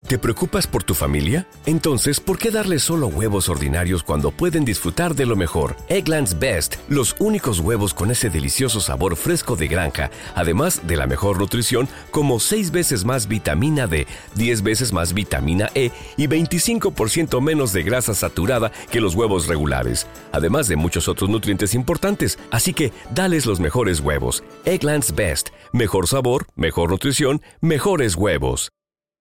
¿Te preocupas por tu familia? Entonces, ¿por qué darles solo huevos ordinarios cuando pueden disfrutar de lo mejor? Eggland's Best, los únicos huevos con ese delicioso sabor fresco de granja, además de la mejor nutrición, como 6 veces más vitamina D, 10 veces más vitamina E y 25% menos de grasa saturada que los huevos regulares, además de muchos otros nutrientes importantes. Así que, dales los mejores huevos. Eggland's Best, mejor sabor, mejor nutrición, mejores huevos.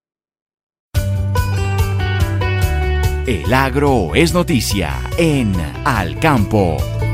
El agro es noticia en Al Campo.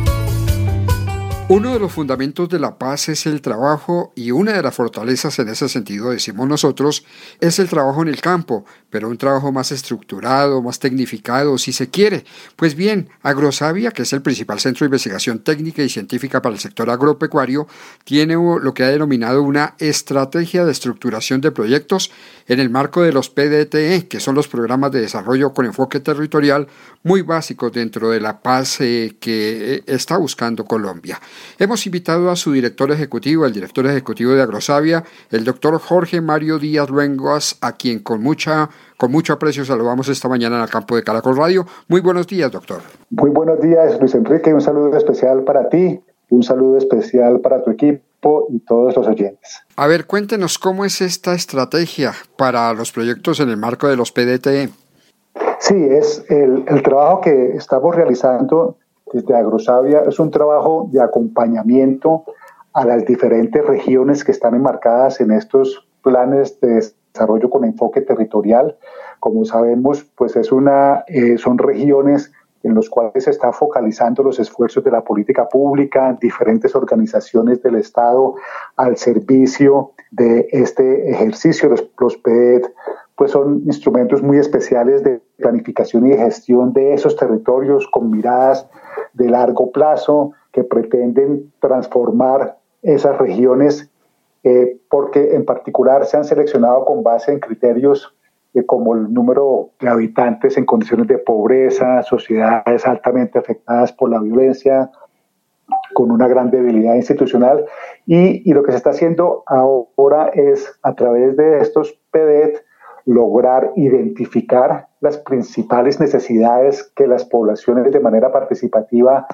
Uno de los fundamentos de la paz es el trabajo y una de las fortalezas en ese sentido, decimos nosotros, es el trabajo en el campo, pero un trabajo más estructurado, más tecnificado, si se quiere. Pues bien, Agrosavia, que es el principal centro de investigación técnica y científica para el sector agropecuario, tiene lo que ha denominado una estrategia de estructuración de proyectos en el marco de los PDTE, que son los programas de desarrollo con enfoque territorial muy básicos dentro de la paz que está buscando Colombia. Hemos invitado a su director ejecutivo, el director ejecutivo de Agrosavia, el doctor Jorge Mario Díaz Luengas, a quien con mucho aprecio saludamos esta mañana en el campo de Caracol Radio. Muy buenos días, doctor. Muy buenos días, Luis Enrique, un saludo especial para ti, un saludo especial para tu equipo y todos los oyentes. A ver, cuéntenos cómo es esta estrategia para los proyectos en el marco de los PDTE. Sí, es el trabajo que estamos realizando desde Agrosavia, es un trabajo de acompañamiento a las diferentes regiones que están enmarcadas en estos planes de desarrollo con enfoque territorial. Como sabemos, pues son regiones en las cuales se están focalizando los esfuerzos de la política pública, diferentes organizaciones del Estado al servicio de este ejercicio. Los PED pues son instrumentos muy especiales de planificación y de gestión de esos territorios con miradas de largo plazo que pretenden transformar esas regiones porque en particular se han seleccionado con base en criterios como el número de habitantes en condiciones de pobreza, sociedades altamente afectadas por la violencia, con una gran debilidad institucional y lo que se está haciendo ahora es a través de estos PDET lograr identificar las principales necesidades que las poblaciones de manera participativa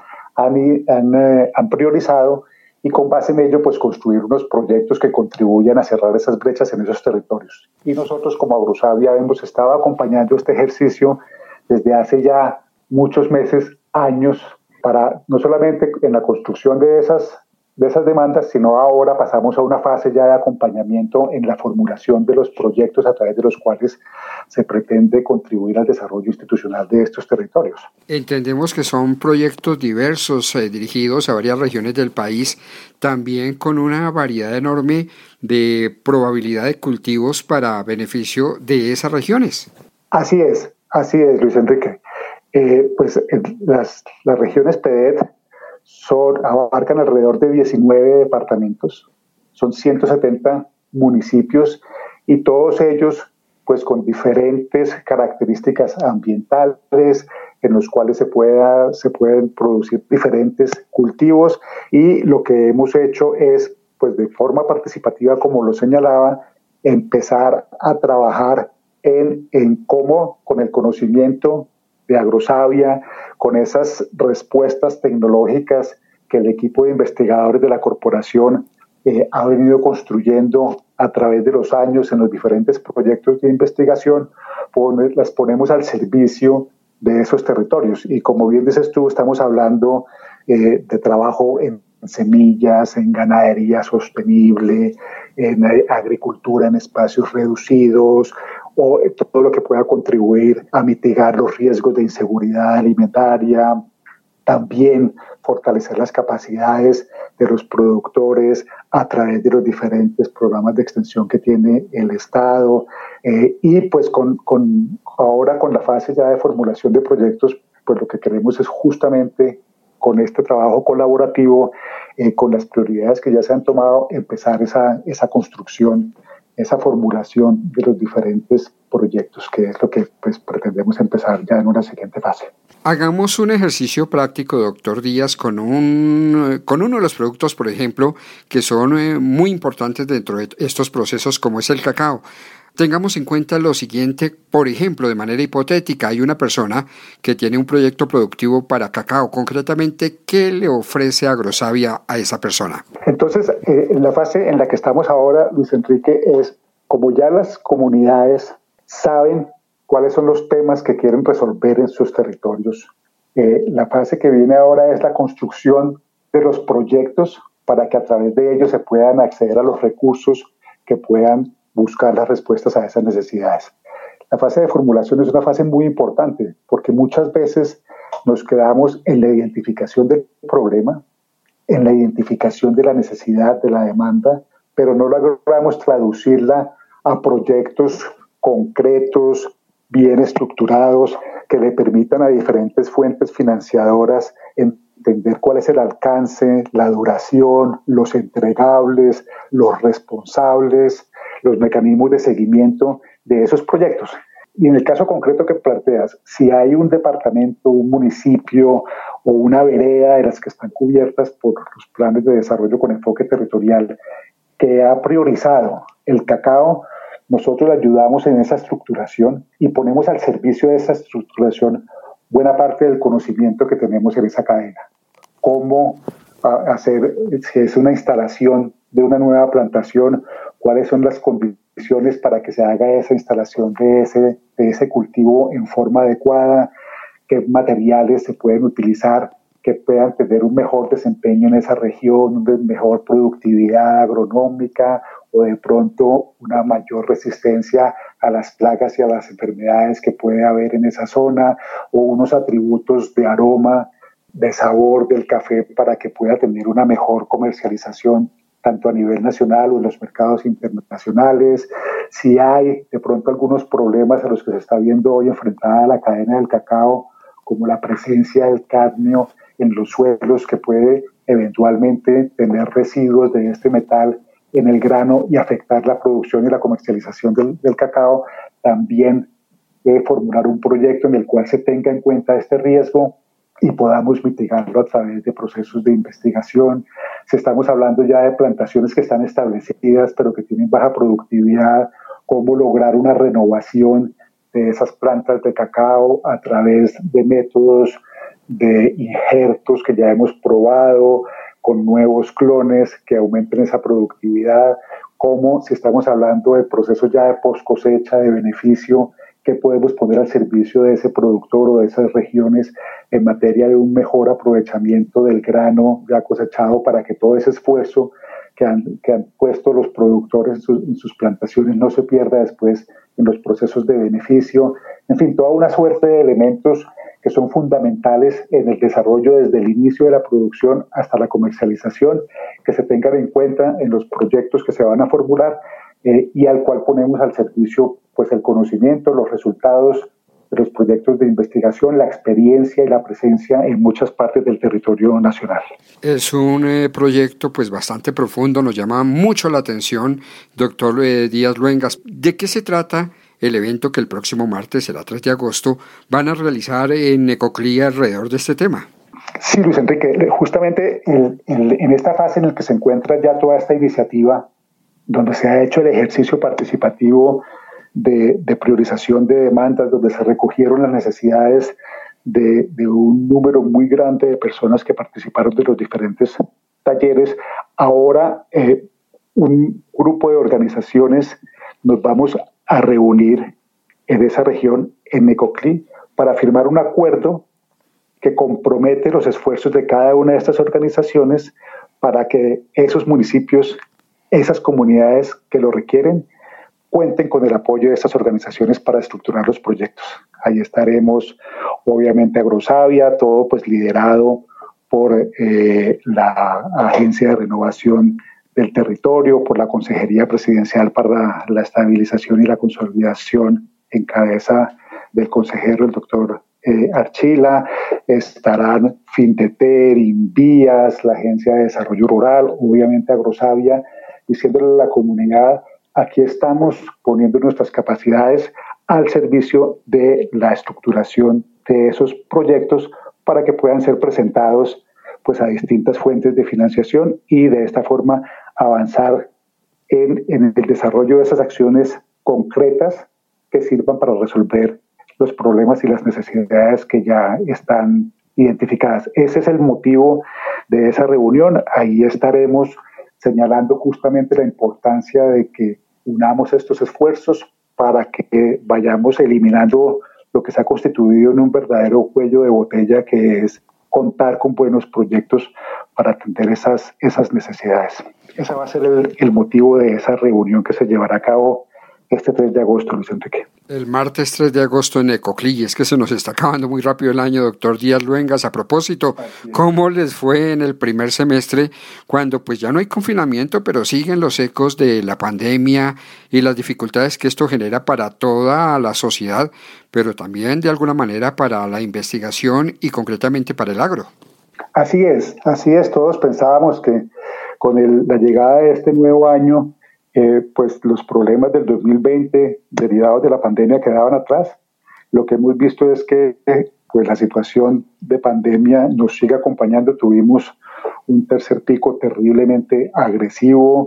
han priorizado y con base en ello pues construir unos proyectos que contribuyan a cerrar esas brechas en esos territorios. Y nosotros como Agrosavia hemos estado acompañando este ejercicio desde hace ya muchos meses, años, para no solamente en la construcción de esas demandas, sino ahora pasamos a una fase ya de acompañamiento en la formulación de los proyectos a través de los cuales se pretende contribuir al desarrollo institucional de estos territorios. Entendemos que son proyectos diversos dirigidos a varias regiones del país, también con una variedad enorme de probabilidad de cultivos para beneficio de esas regiones. Así es, Luis Enrique. Las regiones PEDET abarcan alrededor de 19 departamentos, son 170 municipios y todos ellos pues con diferentes características ambientales en los cuales se pueden producir diferentes cultivos y lo que hemos hecho es pues de forma participativa, como lo señalaba, empezar a trabajar en cómo con el conocimiento de Agrosavia, con esas respuestas tecnológicas que el equipo de investigadores de la corporación ha venido construyendo a través de los años en los diferentes proyectos de investigación, las ponemos al servicio de esos territorios. Y como bien dices tú, estamos hablando de trabajo en semillas, en ganadería sostenible, en agricultura en espacios reducidos, o todo lo que pueda contribuir a mitigar los riesgos de inseguridad alimentaria, también fortalecer las capacidades de los productores a través de los diferentes programas de extensión que tiene el Estado y pues ahora con la fase ya de formulación de proyectos, pues lo que queremos es justamente con este trabajo colaborativo, con las prioridades que ya se han tomado, empezar esa construcción, esa formulación de los diferentes proyectos, que es lo que pues pretendemos empezar ya en una siguiente fase. Hagamos un ejercicio práctico, doctor Díaz, con uno de los productos, por ejemplo, que son muy importantes dentro de estos procesos, como es el cacao. Tengamos en cuenta lo siguiente, por ejemplo, de manera hipotética, hay una persona que tiene un proyecto productivo para cacao. Concretamente, ¿qué le ofrece Agrosavia a esa persona? Entonces, la fase en la que estamos ahora, Luis Enrique, es como ya las comunidades saben cuáles son los temas que quieren resolver en sus territorios. La fase que viene ahora es la construcción de los proyectos para que a través de ellos se puedan acceder a los recursos que puedan buscar las respuestas a esas necesidades. La fase de formulación es una fase muy importante porque muchas veces nos quedamos en la identificación del problema, en la identificación de la necesidad, de la demanda, pero no logramos traducirla a proyectos concretos, bien estructurados, que le permitan a diferentes fuentes financiadoras entender cuál es el alcance, la duración, los entregables, los responsables, los mecanismos de seguimiento de esos proyectos. Y en el caso concreto que planteas, si hay un departamento, un municipio o una vereda de las que están cubiertas por los planes de desarrollo con enfoque territorial que ha priorizado el cacao, nosotros le ayudamos en esa estructuración y ponemos al servicio de esa estructuración buena parte del conocimiento que tenemos en esa cadena. Cómo hacer, si es una instalación de una nueva plantación, cuáles son las condiciones para que se haga esa instalación de ese cultivo en forma adecuada, qué materiales se pueden utilizar que puedan tener un mejor desempeño en esa región, una mejor productividad agronómica o de pronto una mayor resistencia a las plagas y a las enfermedades que puede haber en esa zona, o unos atributos de aroma, de sabor del café para que pueda tener una mejor comercialización tanto a nivel nacional o en los mercados internacionales. Si hay de pronto algunos problemas a los que se está viendo hoy enfrentada la cadena del cacao, como la presencia del cadmio en los suelos que puede eventualmente tener residuos de este metal en el grano y afectar la producción y la comercialización del cacao, también debe formular un proyecto en el cual se tenga en cuenta este riesgo y podamos mitigarlo a través de procesos de investigación. Si estamos hablando ya de plantaciones que están establecidas pero que tienen baja productividad, cómo lograr una renovación de esas plantas de cacao a través de métodos de injertos que ya hemos probado, con nuevos clones que aumenten esa productividad, como si estamos hablando de procesos ya de post cosecha, de beneficio, que podemos poner al servicio de ese productor o de esas regiones en materia de un mejor aprovechamiento del grano ya cosechado para que todo ese esfuerzo que han puesto los productores en sus plantaciones no se pierda después en los procesos de beneficio. En fin, toda una suerte de elementos que son fundamentales en el desarrollo desde el inicio de la producción hasta la comercialización, que se tengan en cuenta en los proyectos que se van a formular y al cual ponemos al servicio pues el conocimiento, los resultados de los proyectos de investigación, la experiencia y la presencia en muchas partes del territorio nacional. Es un proyecto pues bastante profundo, nos llama mucho la atención, doctor Díaz Luengas. ¿De qué se trata el evento que el próximo martes, será 3 de agosto, van a realizar en Necoclí alrededor de este tema? Sí, Luis Enrique, justamente en esta fase en la que se encuentra ya toda esta iniciativa, donde se ha hecho el ejercicio participativo de priorización de demandas, donde se recogieron las necesidades de un número muy grande de personas que participaron de los diferentes talleres. Ahora un grupo de organizaciones nos vamos a reunir en esa región, en Necoclí, para firmar un acuerdo que compromete los esfuerzos de cada una de estas organizaciones para que esos municipios, esas comunidades que lo requieren, cuenten con el apoyo de estas organizaciones para estructurar los proyectos. Ahí estaremos, obviamente, Agrosavia, todo pues liderado por la Agencia de Renovación del Territorio, por la Consejería Presidencial para la Estabilización y la Consolidación en cabeza del consejero, el doctor Archila. Estarán Findeter, Invías, la Agencia de Desarrollo Rural, obviamente Agrosavia, diciéndole a la comunidad: aquí estamos poniendo nuestras capacidades al servicio de la estructuración de esos proyectos para que puedan ser presentados pues, a distintas fuentes de financiación y de esta forma avanzar en el desarrollo de esas acciones concretas que sirvan para resolver los problemas y las necesidades que ya están identificadas. Ese es el motivo de esa reunión. Ahí estaremos señalando justamente la importancia de que unamos estos esfuerzos para que vayamos eliminando lo que se ha constituido en un verdadero cuello de botella, que es contar con buenos proyectos para atender esas necesidades. Ese va a ser el motivo de esa reunión que se llevará a cabo este 3 de agosto, Luis Enrique. El martes 3 de agosto en Ecoclí. Es que se nos está acabando muy rápido el año, doctor Díaz Luengas. A propósito, ¿cómo les fue en el primer semestre cuando pues ya no hay confinamiento, pero siguen los ecos de la pandemia y las dificultades que esto genera para toda la sociedad, pero también de alguna manera para la investigación y concretamente para el agro? Así es. Todos pensábamos que con la llegada de este nuevo año, pues los problemas del 2020 derivados de la pandemia quedaban atrás. Lo que hemos visto es que pues la situación de pandemia nos sigue acompañando. Tuvimos un tercer pico terriblemente agresivo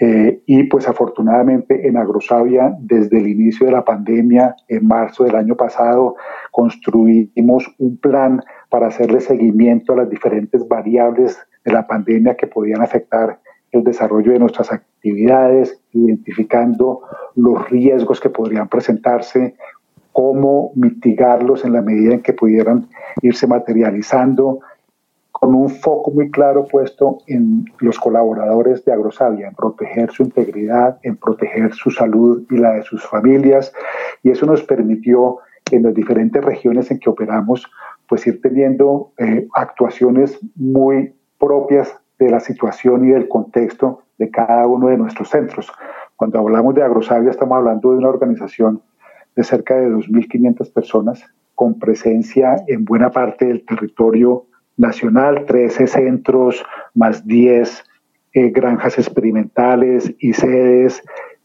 y pues afortunadamente en Agrosavia, desde el inicio de la pandemia, en marzo del año pasado, construimos un plan para hacerle seguimiento a las diferentes variables de la pandemia que podían afectar el desarrollo de nuestras actividades, identificando los riesgos que podrían presentarse, cómo mitigarlos en la medida en que pudieran irse materializando, con un foco muy claro puesto en los colaboradores de Agrosavia, en proteger su integridad, en proteger su salud y la de sus familias, y eso nos permitió en las diferentes regiones en que operamos pues ir teniendo actuaciones muy propias de la situación y del contexto de cada uno de nuestros centros. Cuando hablamos de Agrosavia estamos hablando de una organización de cerca de 2.500 personas con presencia en buena parte del territorio nacional, 13 centros más 10 granjas experimentales y sedes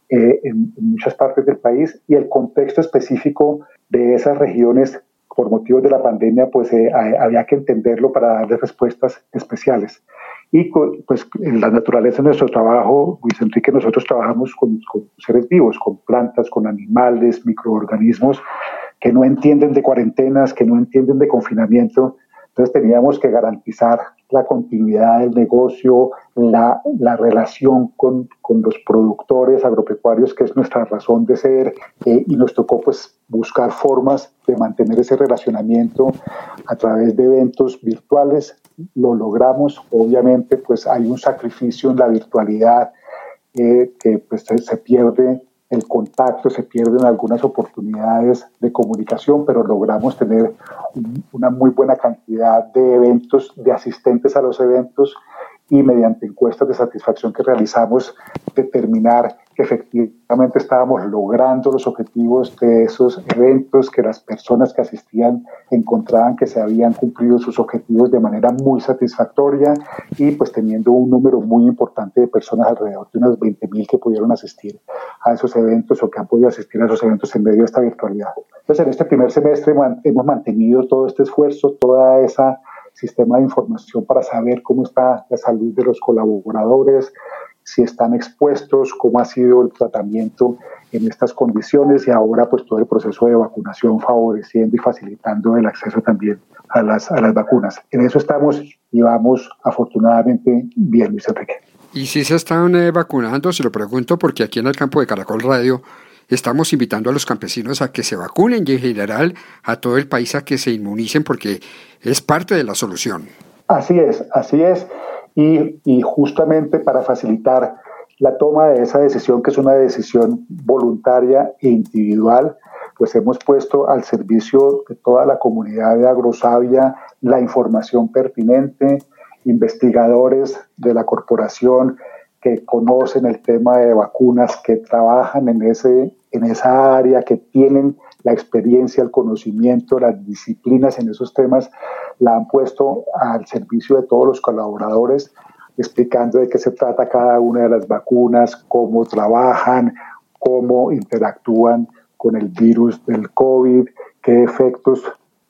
en muchas partes del país, y el contexto específico de esas regiones por motivos de la pandemia pues había que entenderlo para darle respuestas especiales. Y pues en la naturaleza de nuestro trabajo, Luis Enrique, nosotros trabajamos con seres vivos, con plantas, con animales, microorganismos que no entienden de cuarentenas, que no entienden de confinamiento. Entonces teníamos que garantizar la continuidad del negocio, la relación con los productores agropecuarios, que es nuestra razón de ser, y nos tocó pues buscar formas de mantener ese relacionamiento a través de eventos virtuales. Lo logramos. Obviamente pues hay un sacrificio en la virtualidad, que pues se pierde el contacto, se pierden algunas oportunidades de comunicación, pero logramos tener una muy buena cantidad de eventos, de asistentes a los eventos, y mediante encuestas de satisfacción que realizamos, determinar que efectivamente estábamos logrando los objetivos de esos eventos, que las personas que asistían encontraban que se habían cumplido sus objetivos de manera muy satisfactoria, y pues teniendo un número muy importante de personas, alrededor de unas 20.000 que pudieron asistir a esos eventos o que han podido asistir a esos eventos en medio de esta virtualidad. Entonces en este primer semestre hemos mantenido todo este esfuerzo, toda esa sistema de información para saber cómo está la salud de los colaboradores, si están expuestos, cómo ha sido el tratamiento en estas condiciones, y ahora pues todo el proceso de vacunación favoreciendo y facilitando el acceso también a las vacunas. En eso estamos y vamos afortunadamente bien, Luis Enrique. ¿Y si se están vacunando? Se lo pregunto porque aquí en el campo de Caracol Radio estamos invitando a los campesinos a que se vacunen y en general a todo el país a que se inmunicen, porque es parte de la solución. Así es. Y justamente para facilitar la toma de esa decisión, que es una decisión voluntaria e individual, pues hemos puesto al servicio de toda la comunidad de Agrosavia la información pertinente, investigadores de la corporación que conocen el tema de vacunas, que trabajan en esa área, que tienen la experiencia, el conocimiento, las disciplinas en esos temas, la han puesto al servicio de todos los colaboradores, explicando de qué se trata cada una de las vacunas, cómo trabajan, cómo interactúan con el virus del COVID, qué efectos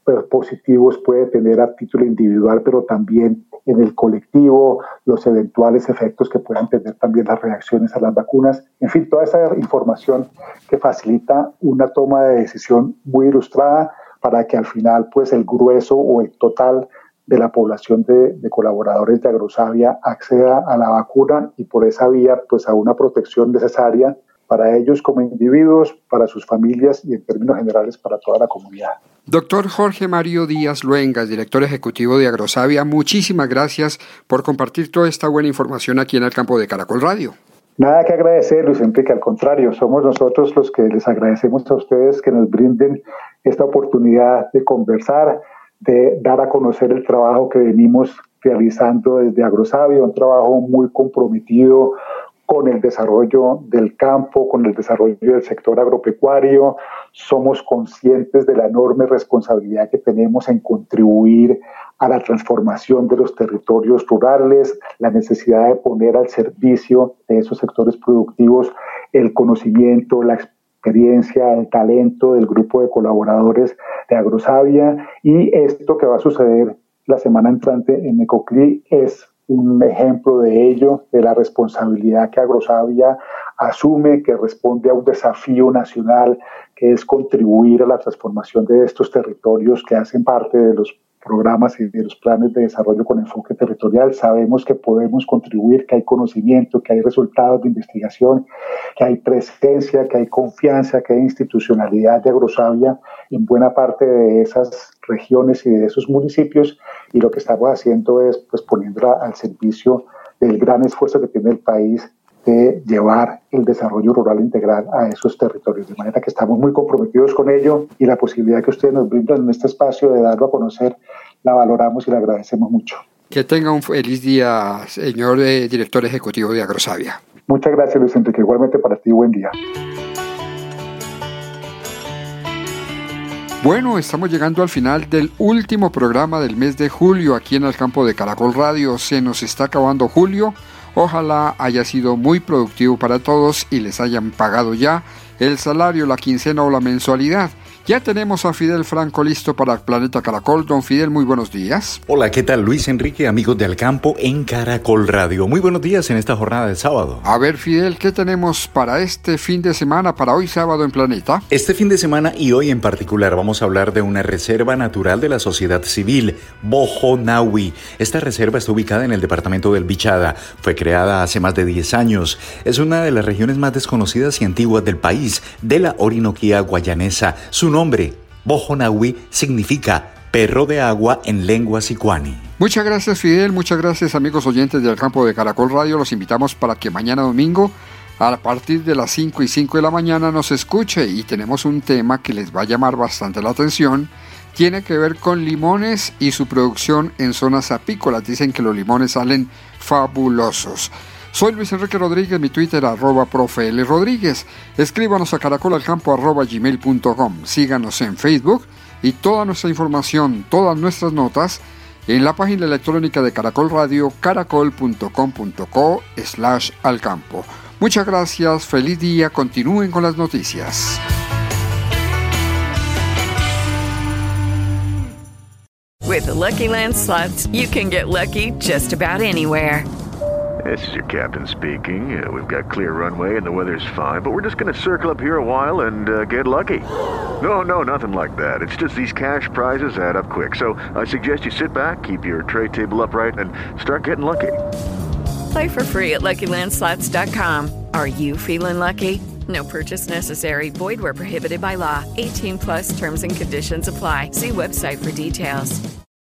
positivos puede tener a título individual, pero también en el colectivo, los eventuales efectos que puedan tener también las reacciones a las vacunas. En fin, toda esa información que facilita una toma de decisión muy ilustrada para que al final pues el grueso o el total de la población de colaboradores de Agrosavia acceda a la vacuna y por esa vía pues a una protección necesaria para ellos como individuos, para sus familias y en términos generales para toda la comunidad. Doctor Jorge Mario Díaz Luengas, director ejecutivo de Agrosavia, muchísimas gracias por compartir toda esta buena información aquí en el campo de Caracol Radio. Nada que agradecer, Luis Enrique, al contrario, somos nosotros los que les agradecemos a ustedes que nos brinden esta oportunidad de conversar, de dar a conocer el trabajo que venimos realizando desde Agrosavia, un trabajo muy comprometido con el desarrollo del campo, con el desarrollo del sector agropecuario. Somos conscientes de la enorme responsabilidad que tenemos en contribuir a la transformación de los territorios rurales, la necesidad de poner al servicio de esos sectores productivos el conocimiento, la experiencia, el talento del grupo de colaboradores de Agrosavia, y esto que va a suceder la semana entrante en Necoclí es un ejemplo de ello, de la responsabilidad que Agrosavia asume, que responde a un desafío nacional, que es contribuir a la transformación de estos territorios que hacen parte de los programas y de los planes de desarrollo con enfoque territorial. Sabemos que podemos contribuir, que hay conocimiento, que hay resultados de investigación, que hay presencia, que hay confianza, que hay institucionalidad de Agrosavia en buena parte de esas regiones y de esos municipios, y lo que estamos haciendo es pues poniéndola al servicio del gran esfuerzo que tiene el país de llevar el desarrollo rural integral a esos territorios, de manera que estamos muy comprometidos con ello y la posibilidad que ustedes nos brindan en este espacio de darlo a conocer la valoramos y la agradecemos mucho. Que tenga un feliz día, señor director ejecutivo de Agrosavia. Muchas gracias, Luis Enrique, igualmente para ti, buen día. Bueno, estamos llegando al final del último programa del mes de julio aquí en el campo de Caracol Radio. Se nos está acabando julio. Ojalá haya sido muy productivo para todos y les hayan pagado ya el salario, la quincena o la mensualidad. Ya tenemos a Fidel Franco listo para Planeta Caracol. Don Fidel, muy buenos días. Hola, ¿qué tal, Luis Enrique, amigos de Al Campo en Caracol Radio? Muy buenos días en esta jornada de sábado. A ver, Fidel, ¿qué tenemos para este fin de semana, para hoy sábado en Planeta? Este fin de semana y hoy en particular vamos a hablar de una reserva natural de la sociedad civil, Bojonawi. Esta reserva está ubicada en el departamento del Bichada. Fue creada hace más de 10 años. Es una de las regiones más desconocidas y antiguas del país, de la Orinoquía guayanesa. Su nombre, Bojonawi, significa perro de agua en lengua sicuani. Muchas gracias, Fidel. Muchas gracias, amigos oyentes del campo de Caracol Radio. Los invitamos para que mañana domingo, a partir de las 5:05 de la mañana, nos escuche. Y tenemos un tema que les va a llamar bastante la atención. Tiene que ver con limones y su producción en zonas apícolas. Dicen que los limones salen fabulosos. Soy Luis Enrique Rodríguez, mi Twitter @profeLRodríguez. Escríbanos a caracolalcampo@gmail.com. Síganos en Facebook y toda nuestra información, todas nuestras notas en la página electrónica de Caracol Radio, caracol.com.co/alcampo. Muchas gracias, feliz día, continúen con las noticias. With the Lucky Land Slots, you can get lucky just about anywhere. This is your captain speaking. We've got clear runway and the weather's fine, but we're just going to circle up here a while and get lucky. No, nothing like that. It's just these cash prizes add up quick. So I suggest you sit back, keep your tray table upright, and start getting lucky. Play for free at LuckyLandSlots.com. Are you feeling lucky? No purchase necessary. Void where prohibited by law. 18+ terms and conditions apply. See website for details.